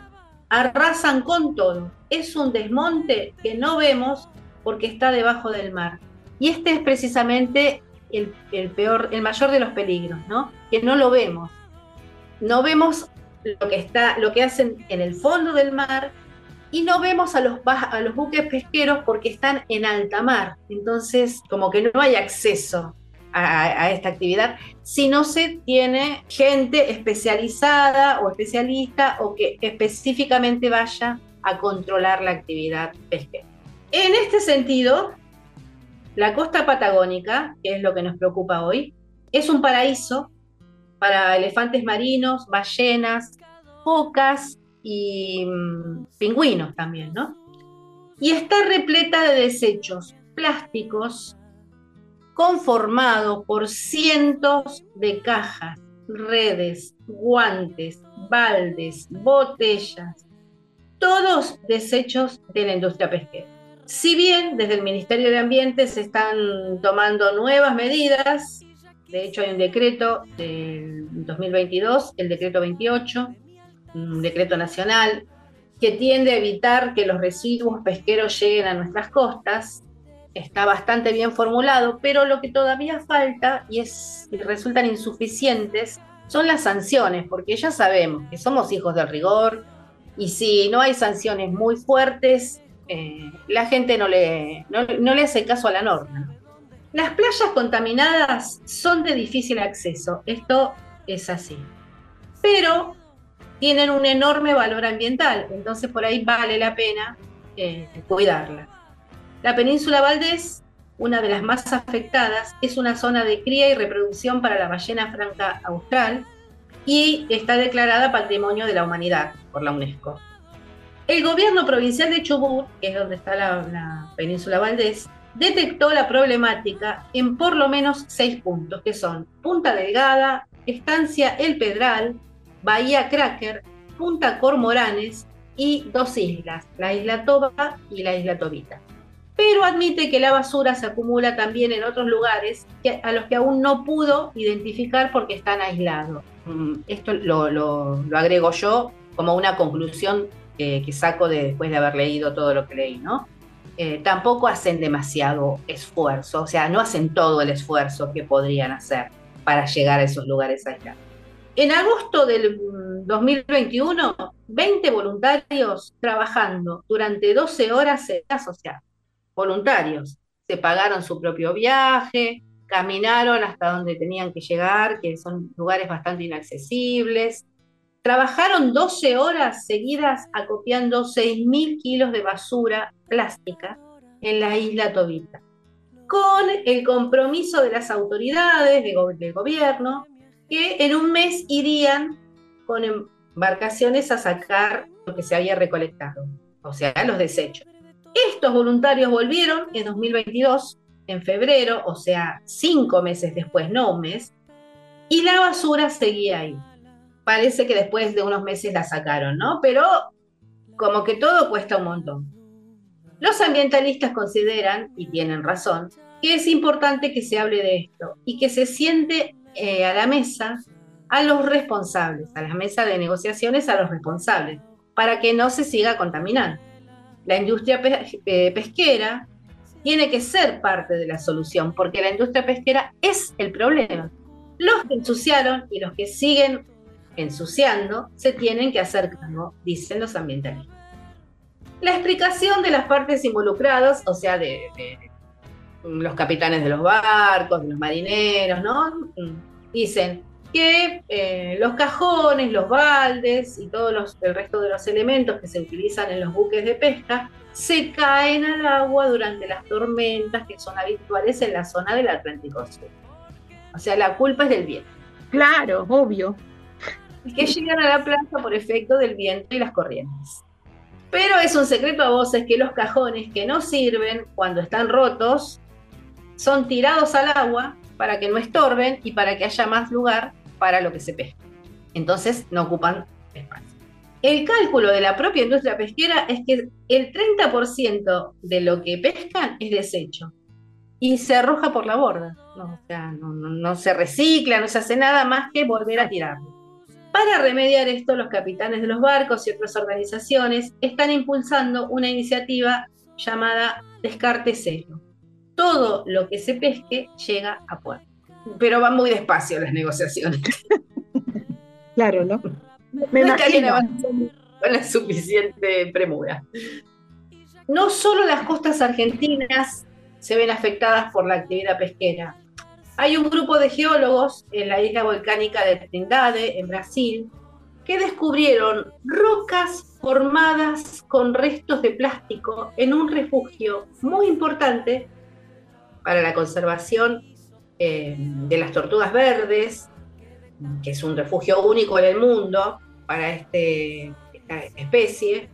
Arrasan con todo. Es un desmonte que no vemos porque está debajo del mar. Y este es precisamente el, el peor, el mayor de los peligros, ¿no? Que no lo vemos. No vemos lo que está, lo que hacen en el fondo del mar, y no vemos a los, a los buques pesqueros porque están en alta mar. Entonces, como que no hay acceso a, a esta actividad si no se tiene gente especializada o especialista o que específicamente vaya a controlar la actividad pesquera. En este sentido, la costa patagónica, que es lo que nos preocupa hoy, es un paraíso para elefantes marinos, ballenas, focas y mmm, pingüinos también, ¿no? Y está repleta de desechos plásticos conformado por cientos de cajas, redes, guantes, baldes, botellas, todos desechos de la industria pesquera. Si bien desde el Ministerio de Ambiente se están tomando nuevas medidas, de hecho hay un decreto del dos mil veintidós, el decreto veintiocho, un decreto nacional, que tiende a evitar que los residuos pesqueros lleguen a nuestras costas. Está bastante bien formulado, pero lo que todavía falta y, es, y resultan insuficientes son las sanciones, porque ya sabemos que somos hijos del rigor y si no hay sanciones muy fuertes, eh, la gente no le, no, no le hace caso a la norma. Las playas contaminadas son de difícil acceso, esto es así, pero tienen un enorme valor ambiental, entonces por ahí vale la pena eh, cuidarla. La península Valdés, una de las más afectadas, es una zona de cría y reproducción para la ballena franca austral y está declarada Patrimonio de la Humanidad por la UNESCO. El gobierno provincial de Chubut, que es donde está la, la península Valdés, detectó la problemática en por lo menos seis puntos, que son Punta Delgada, Estancia El Pedral, Bahía Cracker, Punta Cormoranes y dos islas, la isla Toba y la isla Tobita. Pero admite que la basura se acumula también en otros lugares que, a los que aún no pudo identificar porque están aislados. Esto lo, lo, lo agrego yo como una conclusión que, que saco de, después de haber leído todo lo que leí, ¿no? Eh, tampoco hacen demasiado esfuerzo, o sea, no hacen todo el esfuerzo que podrían hacer para llegar a esos lugares aislados. En agosto del dos mil veintiuno, veinte voluntarios trabajando durante doce horas, o sea, voluntarios, se pagaron su propio viaje, caminaron hasta donde tenían que llegar, que son lugares bastante inaccesibles, trabajaron doce horas seguidas acopiando seis mil kilos de basura plástica en la isla Tobita, con el compromiso de las autoridades de go- del gobierno, que en un mes irían con embarcaciones a sacar lo que se había recolectado, o sea, los desechos. Estos voluntarios volvieron en dos mil veintidós en febrero, o sea, cinco meses después, no un mes, y la basura seguía ahí. Parece que después de unos meses la sacaron, ¿no? Pero como que todo cuesta un montón. Los ambientalistas consideran, y tienen razón, que es importante que se hable de esto y que se siente eh, a la mesa a los responsables, a la mesa de negociaciones a los responsables, para que no se siga contaminando. La industria pe- eh, pesquera tiene que ser parte de la solución, porque la industria pesquera es el problema. Los que ensuciaron y los que siguen ensuciando se tienen que hacer cargo, dicen los ambientalistas. La explicación de las partes involucradas, o sea, de, de, de los capitanes de los barcos, de los marineros, ¿no? Dicen que eh, los cajones, los baldes y todo los, el resto de los elementos que se utilizan en los buques de pesca se caen al agua durante las tormentas que son habituales en la zona del Atlántico Sur. O sea, la culpa es del viento. Claro, obvio. Y que llegan a la playa por efecto del viento y las corrientes. Pero es un secreto a voces que los cajones que no sirven cuando están rotos son tirados al agua para que no estorben y para que haya más lugar para lo que se pesca. Entonces no ocupan espacio. El cálculo de la propia industria pesquera es que el treinta por ciento de lo que pescan es desecho y se arroja por la borda. No, o sea, no, no, no se recicla, no se hace nada más que volver a tirarlo. Para remediar esto, los capitanes de los barcos y otras organizaciones están impulsando una iniciativa llamada Descarte Cero. Todo lo que se pesque llega a puerto. Pero van muy despacio las negociaciones. Claro, ¿no? Me no imagino. Avanzando con la suficiente premura. No solo las costas argentinas se ven afectadas por la actividad pesquera. Hay un grupo de geólogos en la isla volcánica de Trindade, en Brasil, que descubrieron rocas formadas con restos de plástico en un refugio muy importante para la conservación eh, de las tortugas verdes, que es un refugio único en el mundo para este, esta especie.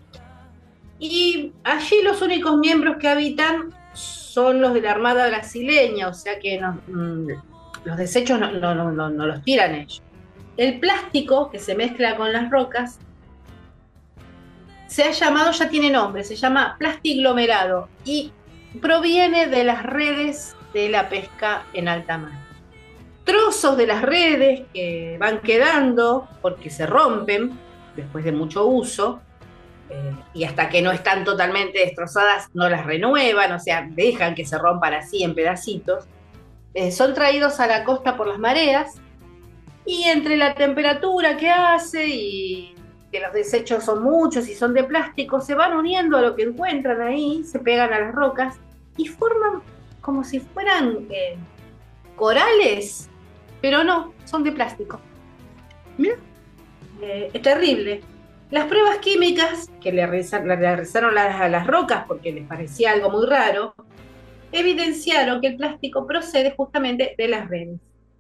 Y allí los únicos miembros que habitan son los de la Armada brasileña, o sea que no, mmm, los desechos no, no, no, no, no los tiran ellos. El plástico que se mezcla con las rocas se ha llamado, ya tiene nombre, se llama plastiglomerado y proviene de las redes de la pesca en alta mar. Trozos de las redes que van quedando porque se rompen después de mucho uso, Eh, y hasta que no están totalmente destrozadas no las renuevan, o sea, dejan que se rompan así en pedacitos, eh, son traídos a la costa por las mareas y entre la temperatura que hace y que los desechos son muchos y son de plástico, se van uniendo a lo que encuentran ahí, se pegan a las rocas y forman como si fueran eh, corales, pero no, son de plástico. Mira, eh, es terrible. Las pruebas químicas que le realizaron, le realizaron a las rocas porque les parecía algo muy raro, evidenciaron que el plástico procede justamente de las redes.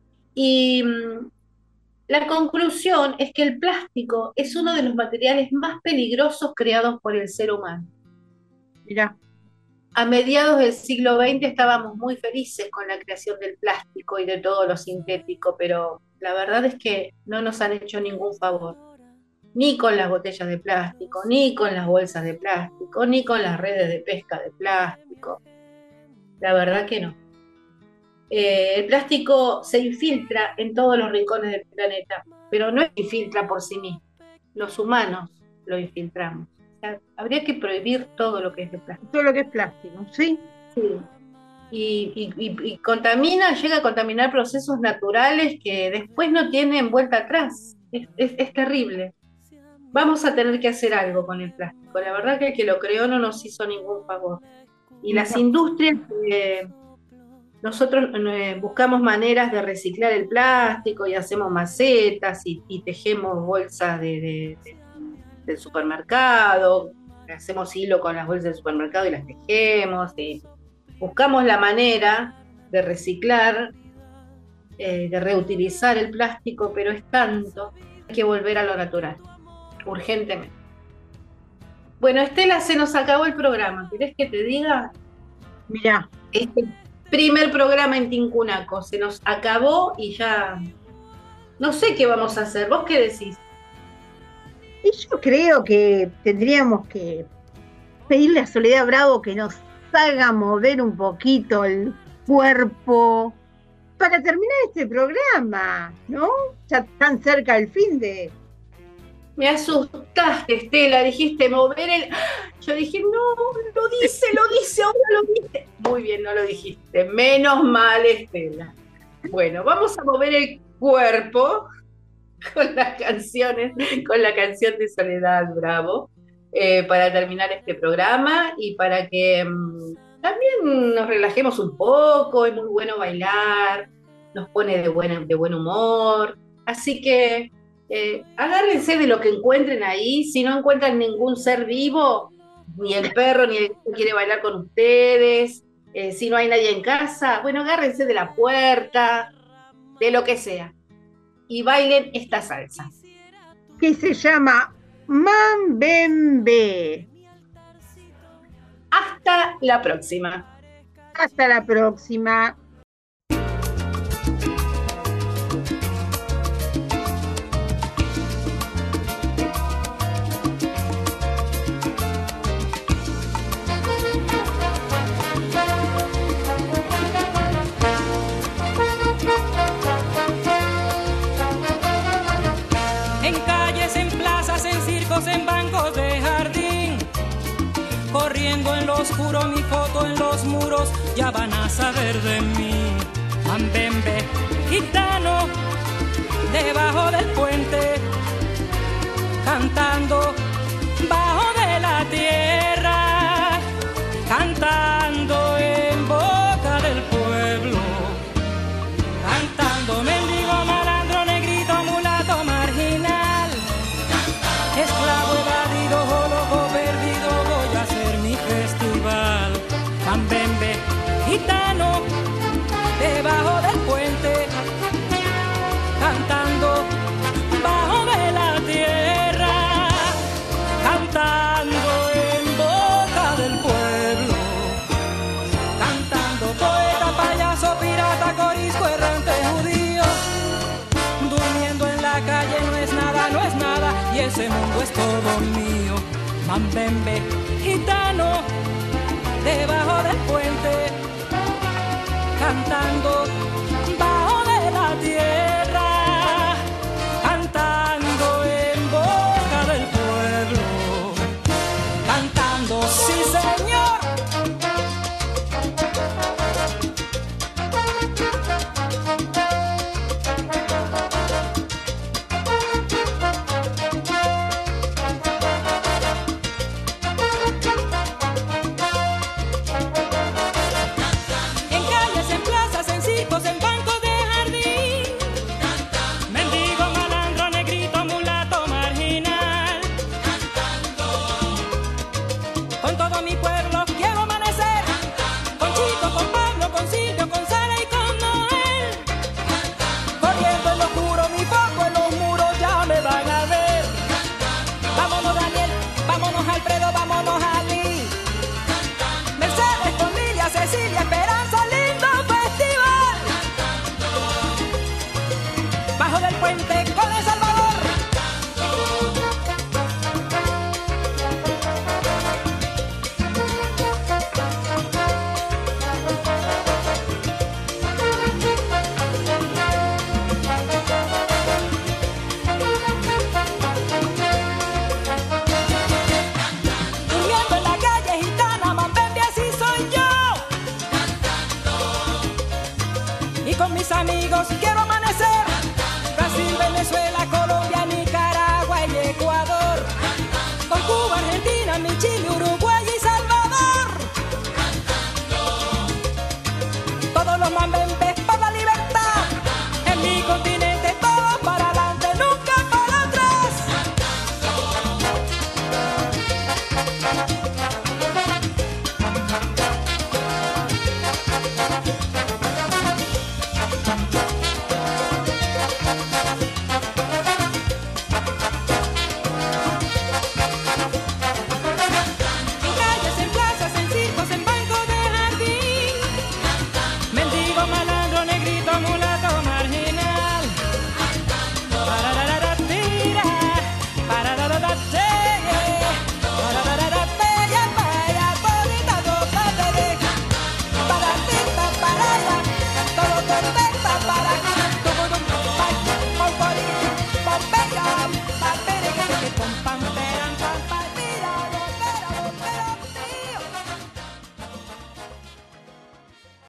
Y mmm, la conclusión es que el plástico es uno de los materiales más peligrosos creados por el ser humano. Mirá. A mediados del siglo veinte estábamos muy felices con la creación del plástico y de todo lo sintético, pero la verdad es que no nos han hecho ningún favor. Ni con las botellas de plástico, ni con las bolsas de plástico, ni con las redes de pesca de plástico. La verdad que no. Eh, el plástico se infiltra en todos los rincones del planeta, pero no infiltra por sí mismo. Los humanos lo infiltramos. O sea, habría que prohibir todo lo que es de plástico. Todo lo que es plástico, ¿sí? Sí. Y, y, y, y contamina, llega a contaminar procesos naturales que después no tienen vuelta atrás. Es, es, es terrible. Vamos a tener que hacer algo con el plástico. La verdad que el que lo creó no nos hizo ningún favor. Y las industrias, eh, nosotros eh, buscamos maneras de reciclar el plástico y hacemos macetas y, y tejemos bolsas de, de, de, del supermercado, hacemos hilo con las bolsas del supermercado y las tejemos. Y buscamos la manera de reciclar, eh, de reutilizar el plástico, pero es tanto, hay que volver a lo natural. Urgentemente. Bueno, Estela, se nos acabó el programa. ¿Querés que te diga? Mirá. Este, primer programa en Tincunaco. Se nos acabó y ya no sé qué vamos a hacer. ¿Vos qué decís? Y yo creo que tendríamos que pedirle a Soledad Bravo que nos haga mover un poquito el cuerpo para terminar este programa, ¿no? Ya tan cerca del fin de... Me asustaste, Estela, dijiste mover el... Yo dije, no, lo dice, lo dice, ahora lo dice. Muy bien, no lo dijiste. Menos mal, Estela. Bueno, vamos a mover el cuerpo con las canciones, con la canción de Soledad Bravo, eh, para terminar este programa y para que um, también nos relajemos un poco. Es muy bueno bailar, nos pone de, buena, de buen humor. Así que eh, agárrense de lo que encuentren ahí. Si no encuentran ningún ser vivo, ni el perro, ni el que quiere bailar con ustedes, eh, si no hay nadie en casa, bueno, agárrense de la puerta, de lo que sea, y bailen esta salsa. Que se llama Mambembe. Hasta la próxima. Hasta la próxima. En bancos de jardín, corriendo en lo oscuro, mi foto en los muros, ya van a saber de mí. Mambembe, gitano, debajo del puente, cantando bajo de la tierra, cantando en boca del pueblo, cantando mendigo, malandro, negrito, mulato, marginal, esclavo evadido, loco perdido, voy a hacer mi festival. Mambembe, gitano, debajo del puente, cantando bajo de la tierra, cantando en boca del pueblo, cantando poeta, payaso, pirata, corisco, errante, judío, durmiendo en la calle no es nada, no es nada, y ese mundo es todo mío. Mambembe, gitano, debajo del puente, cantando bajo de la tierra, cantando en boca del pueblo, cantando, sí señor. En bancos de jardín, cantando, mendigo, malandro, negrito, mulato, marginal, cantando, con todo mi pueblo quiero amanecer, cantando, con Chico, con Pablo, con Silvio, con Sara y con Noel, cantando, corriendo en lo oscuro, mi foco en los muros ya me van a ver, cantando, vámonos Daniel, vámonos Alfredo, vámonos Ali, cantando, Mercedes, Cornelia, Cecilia, Esperanza, lindo festival. Bajo del puente